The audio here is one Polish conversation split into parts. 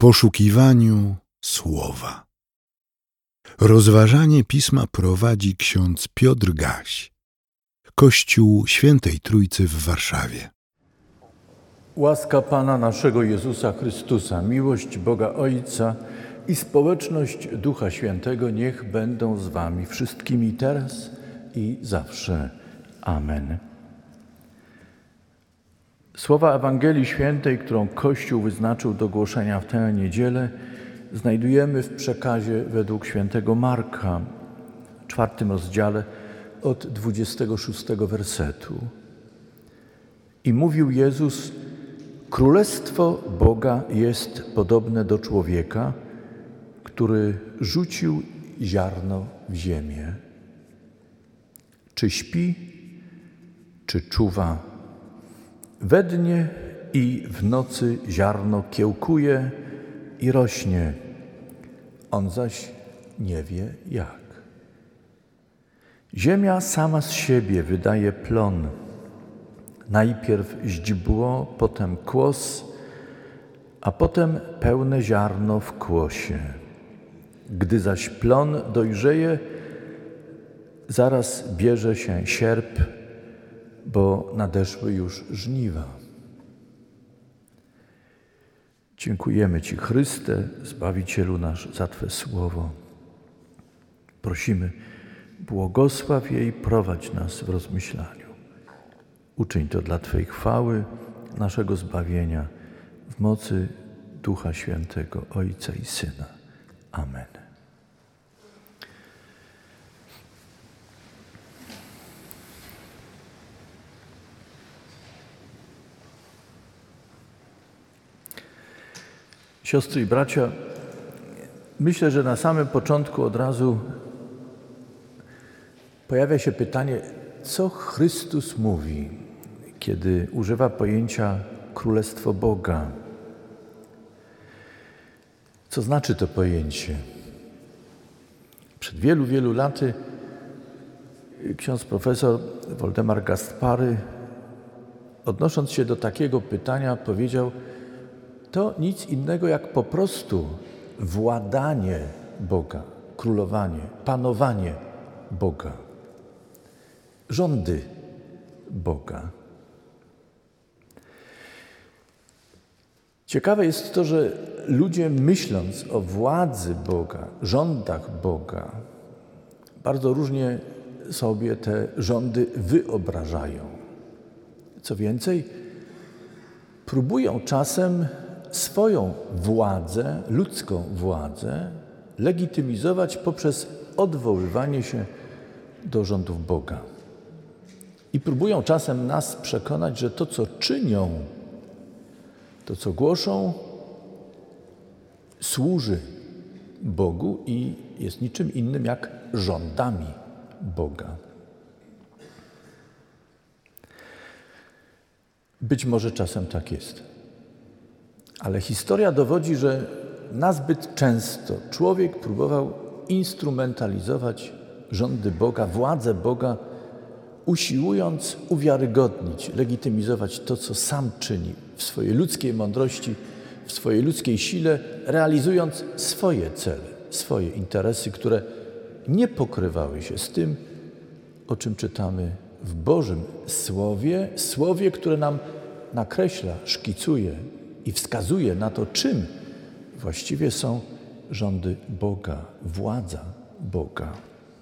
poszukiwaniu słowa. Rozważanie Pisma prowadzi ksiądz Piotr Gaś, Kościół Świętej Trójcy w Warszawie. Łaska Pana naszego Jezusa Chrystusa, miłość Boga Ojca i społeczność Ducha Świętego niech będą z wami wszystkimi teraz i zawsze. Amen. Słowa Ewangelii Świętej, którą Kościół wyznaczył do głoszenia w tę niedzielę, znajdujemy w przekazie według świętego Marka, 4 rozdziale od 26 wersetu. I mówił Jezus: Królestwo Boga jest podobne do człowieka, który rzucił ziarno w ziemię. Czy śpi, czy czuwa? We dnie i w nocy ziarno kiełkuje i rośnie, on zaś nie wie jak. Ziemia sama z siebie wydaje plon. Najpierw źdźbło, potem kłos, a potem pełne ziarno w kłosie. Gdy zaś plon dojrzeje, zaraz bierze się sierp, bo nadeszły już żniwa. Dziękujemy Ci, Chryste, Zbawicielu nasz, za Twe słowo. Prosimy, błogosław je i prowadź nas w rozmyślaniu. Uczyń to dla Twojej chwały, naszego zbawienia, w mocy Ducha Świętego, Ojca i Syna. Amen. Siostry i bracia, myślę, że na samym początku od razu pojawia się pytanie, co Chrystus mówi, kiedy używa pojęcia Królestwo Boga. Co znaczy to pojęcie? Przed wielu, wielu laty ksiądz profesor Woldemar Gaspary, odnosząc się do takiego pytania, powiedział: to nic innego jak po prostu władanie Boga, królowanie, panowanie Boga, rządy Boga. Ciekawe jest to, że ludzie, myśląc o władzy Boga, rządach Boga, bardzo różnie sobie te rządy wyobrażają. Co więcej, próbują czasem swoją władzę, ludzką władzę, legitymizować poprzez odwoływanie się do rządów Boga. I próbują czasem nas przekonać, że to, co czynią, to, co głoszą, służy Bogu i jest niczym innym jak rządami Boga. Być może czasem tak jest. Ale historia dowodzi, że nazbyt często człowiek próbował instrumentalizować rządy Boga, władzę Boga, usiłując uwiarygodnić, legitymizować to, co sam czyni w swojej ludzkiej mądrości, w swojej ludzkiej sile, realizując swoje cele, swoje interesy, które nie pokrywały się z tym, o czym czytamy w Bożym Słowie, które nam nakreśla, szkicuje i wskazuje na to, czym właściwie są rządy Boga, władza Boga.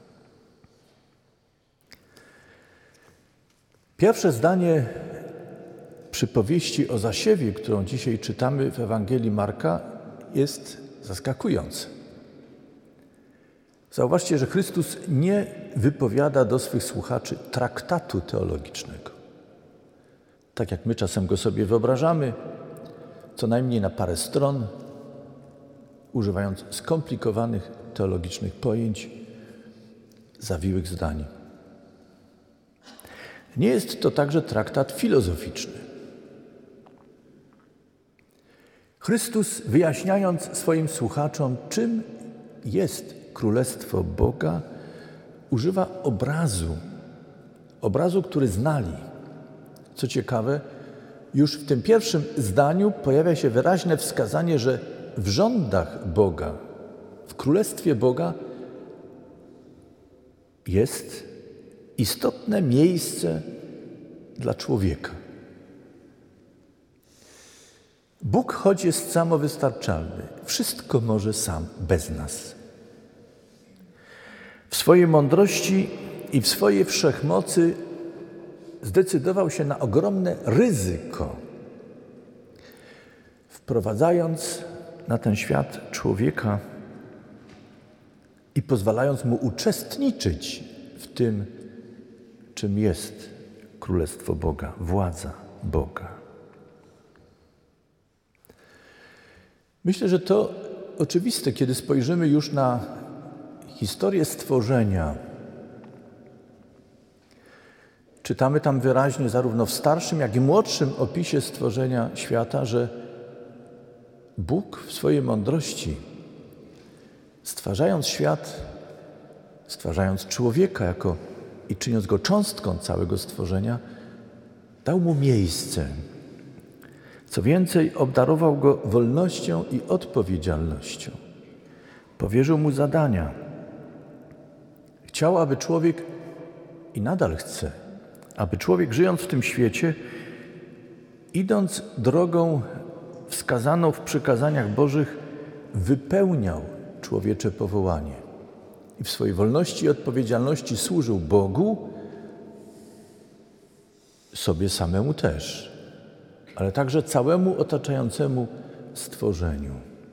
Pierwsze zdanie przypowieści o zasiewie, którą dzisiaj czytamy w Ewangelii Marka, jest zaskakujące. Zauważcie, że Chrystus nie wypowiada do swych słuchaczy traktatu teologicznego. Tak jak my czasem go sobie wyobrażamy, co najmniej na parę stron, używając skomplikowanych teologicznych pojęć, zawiłych zdań. Nie jest to także traktat filozoficzny. Chrystus, wyjaśniając swoim słuchaczom, czym jest Królestwo Boga, używa obrazu, który znali. Co ciekawe, już w tym pierwszym zdaniu pojawia się wyraźne wskazanie, że w rządach Boga, w Królestwie Boga jest istotne miejsce dla człowieka. Bóg, choć jest samowystarczalny, wszystko może sam, bez nas. W swojej mądrości i w swojej wszechmocy zdecydował się na ogromne ryzyko, wprowadzając na ten świat człowieka i pozwalając mu uczestniczyć w tym, czym jest Królestwo Boga, władza Boga. Myślę, że to oczywiste, kiedy spojrzymy już na historię stworzenia. Czytamy tam wyraźnie zarówno w starszym, jak i młodszym opisie stworzenia świata, że Bóg w swojej mądrości, stwarzając świat, stwarzając człowieka i czyniąc go cząstką całego stworzenia, dał mu miejsce. Co więcej, obdarował go wolnością i odpowiedzialnością. Powierzył mu zadania. Chciał, aby człowiek, i nadal chce, aby człowiek, żyjąc w tym świecie, idąc drogą wskazaną w przykazaniach Bożych, wypełniał człowiecze powołanie i w swojej wolności i odpowiedzialności służył Bogu, sobie samemu też, ale także całemu otaczającemu stworzeniu.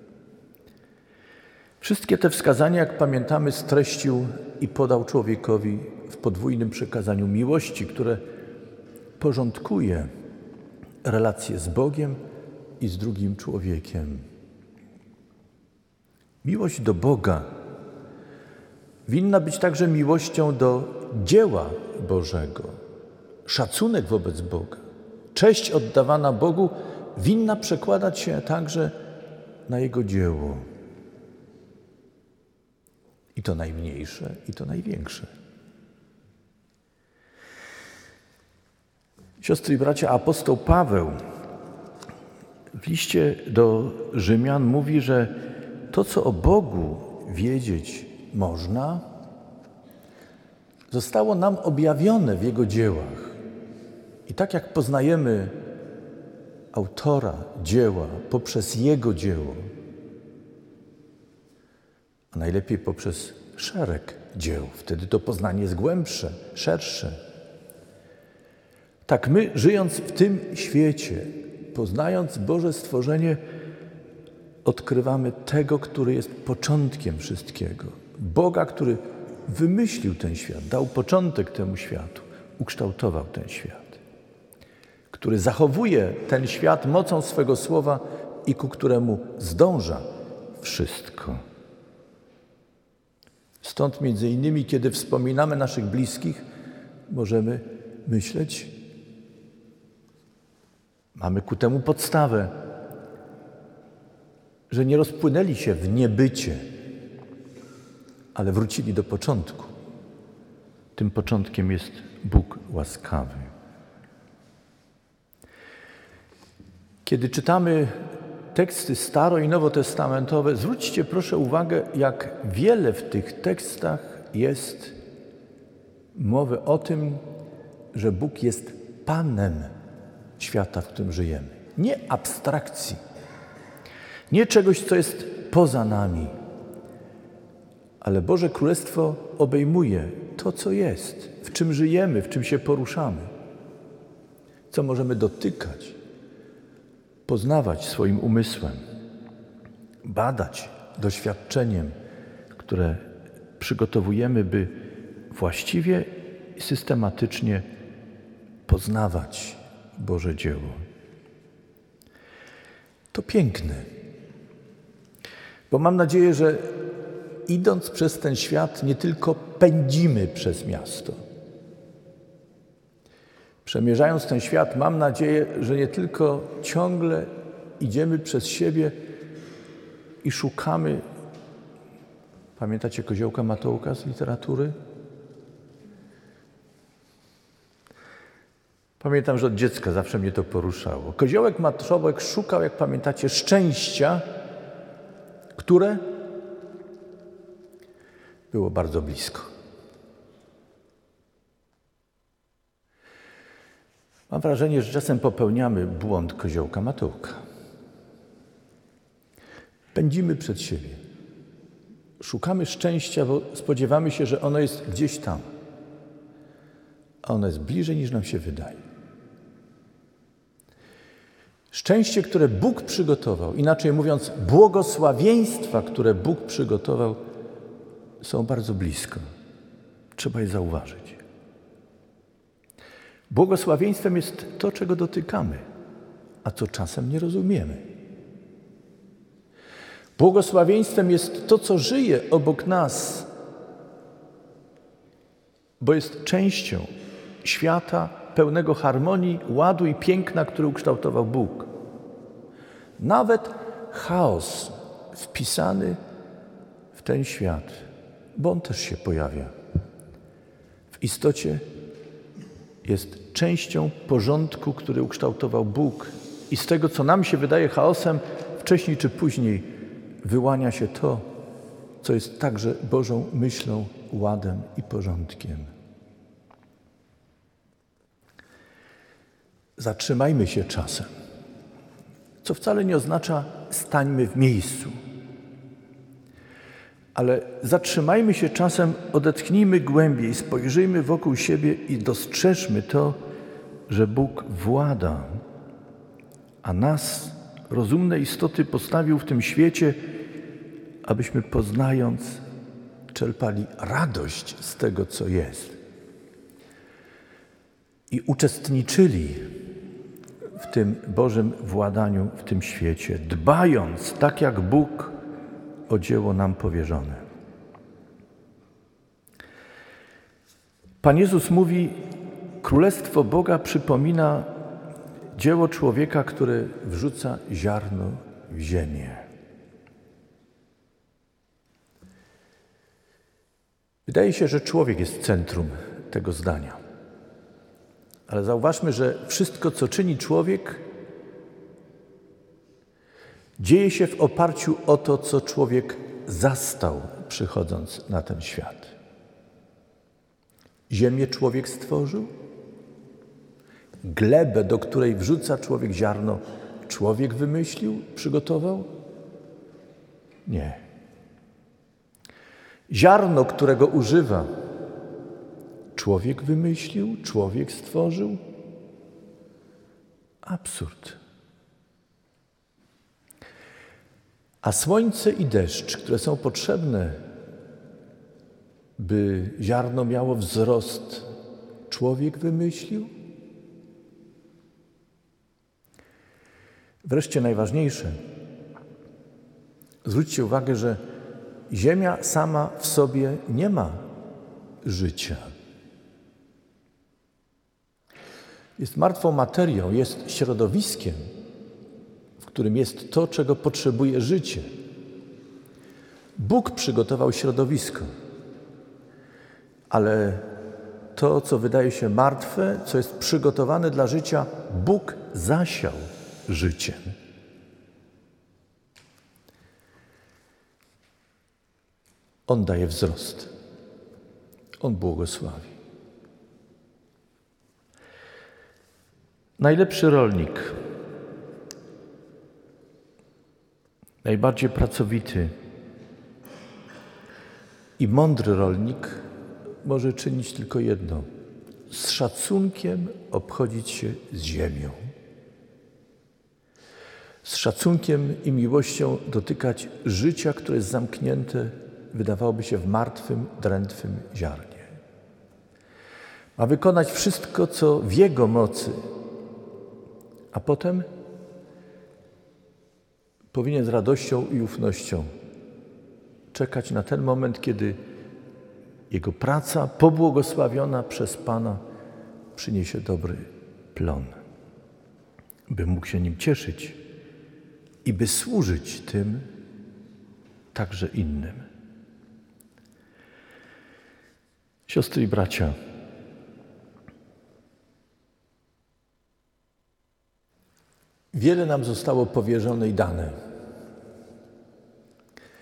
Wszystkie te wskazania, jak pamiętamy, streścił i podał człowiekowi w podwójnym przekazaniu miłości, które porządkuje relacje z Bogiem i z drugim człowiekiem. Miłość do Boga winna być także miłością do dzieła Bożego. Szacunek wobec Boga, cześć oddawana Bogu winna przekładać się także na Jego dzieło. I to najmniejsze, i to największe. Siostry i bracia, apostoł Paweł w liście do Rzymian mówi, że to, co o Bogu wiedzieć można, zostało nam objawione w Jego dziełach. I tak jak poznajemy autora dzieła poprzez Jego dzieło, a najlepiej poprzez szereg dzieł, wtedy to poznanie jest głębsze, szersze. Tak my, żyjąc w tym świecie, poznając Boże stworzenie, odkrywamy tego, który jest początkiem wszystkiego. Boga, który wymyślił ten świat, dał początek temu światu, ukształtował ten świat, który zachowuje ten świat mocą swego słowa i ku któremu zdąża wszystko. Stąd między innymi, kiedy wspominamy naszych bliskich, możemy myśleć, mamy ku temu podstawę, że nie rozpłynęli się w niebycie, ale wrócili do początku. Tym początkiem jest Bóg łaskawy. Kiedy czytamy teksty staro- i nowotestamentowe, zwróćcie proszę uwagę, jak wiele w tych tekstach jest mowy o tym, że Bóg jest Panem świata, w którym żyjemy. Nie abstrakcji, nie czegoś, co jest poza nami, ale Boże Królestwo obejmuje to, co jest, w czym żyjemy, w czym się poruszamy, co możemy dotykać, poznawać swoim umysłem, badać doświadczeniem, które przygotowujemy, by właściwie i systematycznie poznawać Boże dzieło. To piękne, bo mam nadzieję, że idąc przez ten świat nie tylko pędzimy przez miasto. Przemierzając ten świat, mam nadzieję, że nie tylko ciągle idziemy przez siebie i szukamy. Pamiętacie koziołka Matołka z literatury? Pamiętam, że od dziecka zawsze mnie to poruszało. Koziołek Matołek szukał, jak pamiętacie, szczęścia które było bardzo blisko. Mam wrażenie, że czasem popełniamy błąd koziołka Matołka. Pędzimy przed siebie. Szukamy szczęścia, bo spodziewamy się, że ono jest gdzieś tam. A ono jest bliżej, niż nam się wydaje. Szczęście, które Bóg przygotował, inaczej mówiąc, błogosławieństwa, które Bóg przygotował, są bardzo blisko. Trzeba je zauważyć. Błogosławieństwem jest to, czego dotykamy, a co czasem nie rozumiemy. Błogosławieństwem jest to, co żyje obok nas, bo jest częścią świata pełnego harmonii, ładu i piękna, który ukształtował Bóg. Nawet chaos wpisany w ten świat, bo on też się pojawia, w istocie jest częścią porządku, który ukształtował Bóg. I z tego, co nam się wydaje chaosem, wcześniej czy później wyłania się to, co jest także Bożą myślą, ładem i porządkiem. Zatrzymajmy się czasem, co wcale nie oznacza stańmy w miejscu. Ale zatrzymajmy się czasem, odetchnijmy głębiej, spojrzyjmy wokół siebie i dostrzeżmy to, że Bóg włada, a nas, rozumne istoty, postawił w tym świecie, abyśmy poznając, czerpali radość z tego, co jest i uczestniczyli w tym Bożym władaniu w tym świecie, dbając, tak jak Bóg, o dzieło nam powierzone. Pan Jezus mówi, Królestwo Boga przypomina dzieło człowieka, który wrzuca ziarno w ziemię. Wydaje się, że człowiek jest centrum tego zdania. Ale zauważmy, że wszystko, co czyni człowiek, dzieje się w oparciu o to, co człowiek zastał, przychodząc na ten świat. Ziemię człowiek stworzył, glebę, do której wrzuca człowiek ziarno, człowiek wymyślił, przygotował? Nie. Ziarno, którego używa, człowiek wymyślił, człowiek stworzył? Absurd. A słońce i deszcz, które są potrzebne, by ziarno miało wzrost, człowiek wymyślił? Wreszcie najważniejsze. Zwróćcie uwagę, że ziemia sama w sobie nie ma życia. Jest martwą materią, jest środowiskiem, w którym jest to, czego potrzebuje życie. Bóg przygotował środowisko, ale to, co wydaje się martwe, co jest przygotowane dla życia, Bóg zasiał życiem. On daje wzrost. On błogosławi. Najlepszy rolnik, najbardziej pracowity i mądry rolnik może czynić tylko jedno: z szacunkiem obchodzić się z ziemią. Z szacunkiem i miłością dotykać życia, które jest zamknięte, wydawałoby się, w martwym, drętwym ziarnie. Ma wykonać wszystko, co w jego mocy, a potem powinien z radością i ufnością czekać na ten moment, kiedy jego praca pobłogosławiona przez Pana przyniesie dobry plon, by mógł się nim cieszyć i by służyć tym także innym. Siostry i bracia, wiele nam zostało powierzone i dane.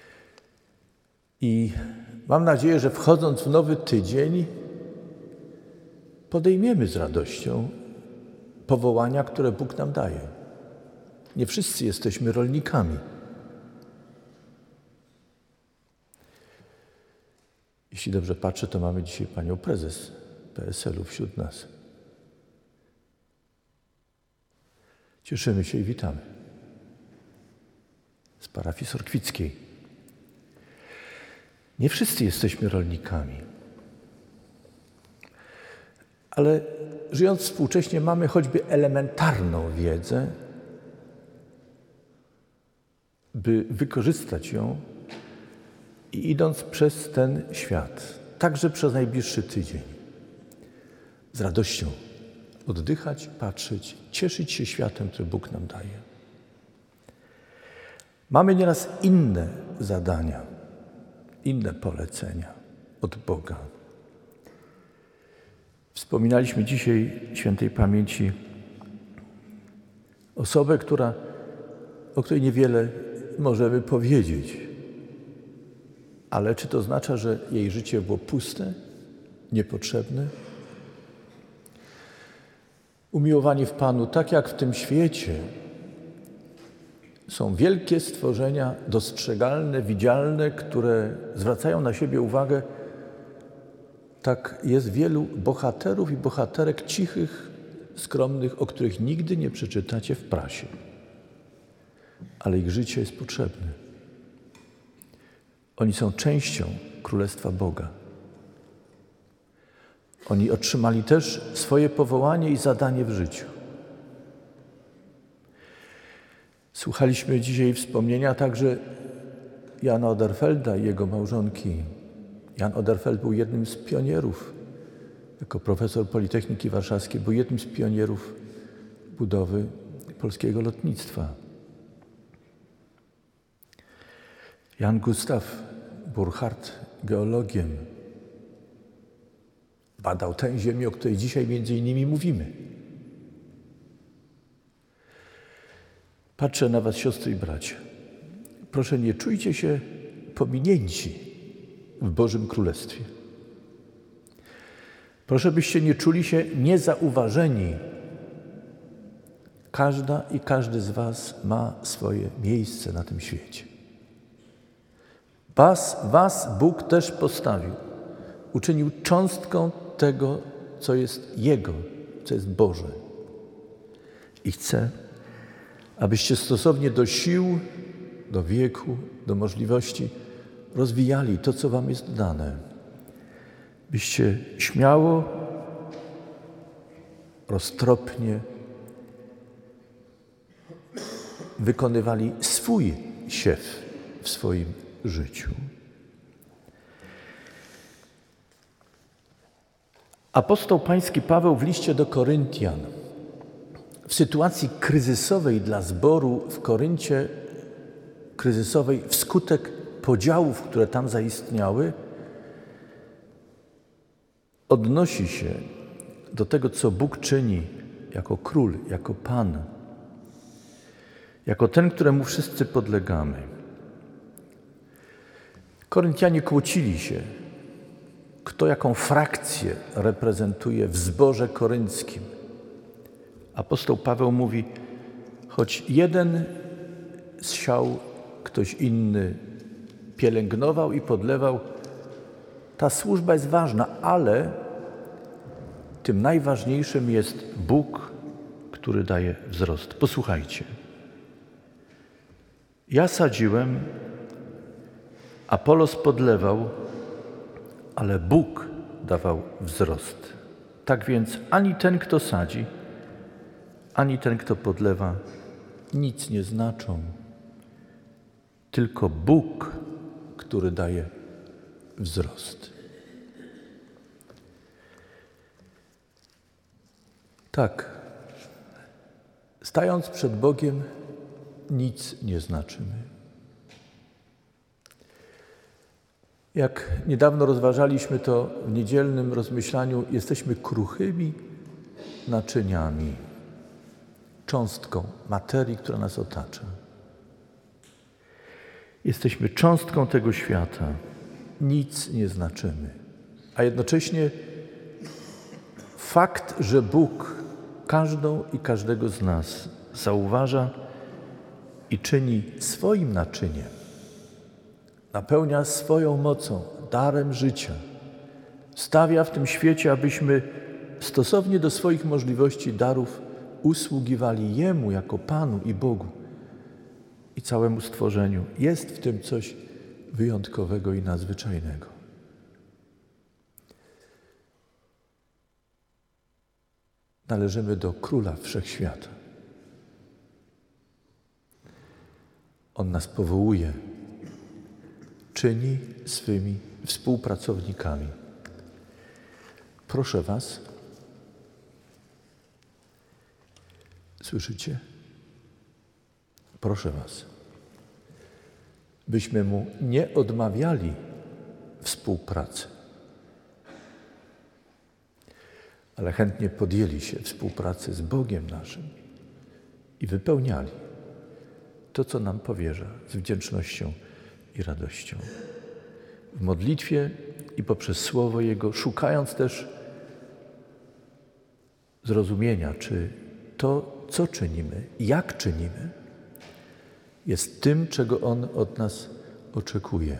I mam nadzieję, że wchodząc w nowy tydzień podejmiemy z radością powołania, które Bóg nam daje. Nie wszyscy jesteśmy rolnikami. Jeśli dobrze patrzę, to mamy dzisiaj panią prezes PSL-u wśród nas. Cieszymy się i witamy. Z parafii Sorkwickiej. Nie wszyscy jesteśmy rolnikami. Ale żyjąc współcześnie mamy choćby elementarną wiedzę, by wykorzystać ją i idąc przez ten świat, także przez najbliższy tydzień, z radością oddychać, patrzeć, cieszyć się światem, który Bóg nam daje. Mamy nieraz inne zadania, inne polecenia od Boga. Wspominaliśmy dzisiaj świętej pamięci osobę, o której niewiele możemy powiedzieć. Ale czy to oznacza, że jej życie było puste, niepotrzebne? Umiłowani w Panu, tak jak w tym świecie są wielkie stworzenia dostrzegalne, widzialne, które zwracają na siebie uwagę, tak jest wielu bohaterów i bohaterek cichych, skromnych, o których nigdy nie przeczytacie w prasie. Ale ich życie jest potrzebne. Oni są częścią Królestwa Boga. Oni otrzymali też swoje powołanie i zadanie w życiu. Słuchaliśmy dzisiaj wspomnienia także Jana Oderfelda i jego małżonki. Jan Oderfeld był jednym z pionierów, jako profesor Politechniki Warszawskiej, był jednym z pionierów budowy polskiego lotnictwa. Jan Gustav Burckhardt, geologiem, badał tę ziemię, o której dzisiaj między innymi mówimy. Patrzę na was, siostry i bracia. Proszę, nie czujcie się pominięci w Bożym Królestwie. Proszę, byście nie czuli się niezauważeni. Każda i każdy z was ma swoje miejsce na tym świecie. Was Bóg też postawił. Uczynił cząstką tego, co jest Jego, co jest Boże. I chce, abyście stosownie do sił, do wieku, do możliwości rozwijali to, co wam jest dane. Byście śmiało, roztropnie wykonywali swój siew w swoim życiu. Apostoł Pański Paweł w liście do Koryntian w sytuacji kryzysowej dla zboru w Koryncie, kryzysowej wskutek podziałów, które tam zaistniały, odnosi się do tego, co Bóg czyni jako Król, jako Pan, jako ten, któremu wszyscy podlegamy. Koryntianie kłócili się, kto jaką frakcję reprezentuje w zborze korynckim. Apostoł Paweł mówi, choć jeden zsiał, ktoś inny pielęgnował i podlewał, ta służba jest ważna, ale tym najważniejszym jest Bóg, który daje wzrost. Posłuchajcie. Ja sadziłem, Apolos podlewał, ale Bóg dawał wzrost. Tak więc ani ten, kto sadzi, ani ten, kto podlewa, nic nie znaczą. Tylko Bóg, który daje wzrost. Tak, stając przed Bogiem, nic nie znaczymy. Jak niedawno rozważaliśmy to w niedzielnym rozmyślaniu, jesteśmy kruchymi naczyniami, cząstką materii, która nas otacza. Jesteśmy cząstką tego świata. nic nie znaczymy. A jednocześnie fakt, że Bóg każdą i każdego z nas zauważa i czyni swoim naczyniem, napełnia swoją mocą, darem życia, stawia w tym świecie, abyśmy stosownie do swoich możliwości, darów usługiwali Jemu jako Panu i Bogu i całemu stworzeniu. Jest w tym coś wyjątkowego i nadzwyczajnego. Należymy do Króla Wszechświata. On nas powołuje, czyni swymi współpracownikami. Proszę was, słyszycie? Proszę was, byśmy Mu nie odmawiali współpracy, ale chętnie podjęli się współpracy z Bogiem naszym i wypełniali to, co nam powierza, z wdzięcznością i radością. W modlitwie i poprzez Słowo Jego, szukając też zrozumienia, czy to, co czynimy, jak czynimy, jest tym, czego On od nas oczekuje.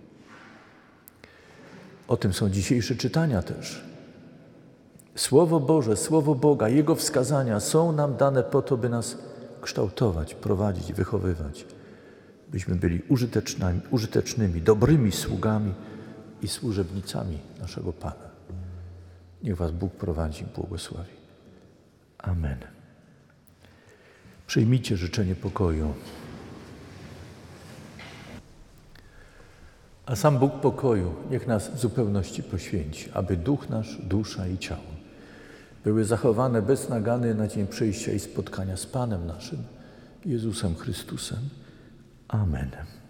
O tym są dzisiejsze czytania też. Słowo Boże, Słowo Boga, Jego wskazania są nam dane po to, by nas kształtować, prowadzić, wychowywać, byśmy byli użytecznymi, dobrymi sługami i służebnicami naszego Pana. Niech was Bóg prowadzi, błogosławi. Amen. Przyjmijcie życzenie pokoju. A sam Bóg pokoju niech nas w zupełności poświęci, aby duch nasz, dusza i ciało były zachowane bez nagany na dzień przyjścia i spotkania z Panem naszym, Jezusem Chrystusem. Amen.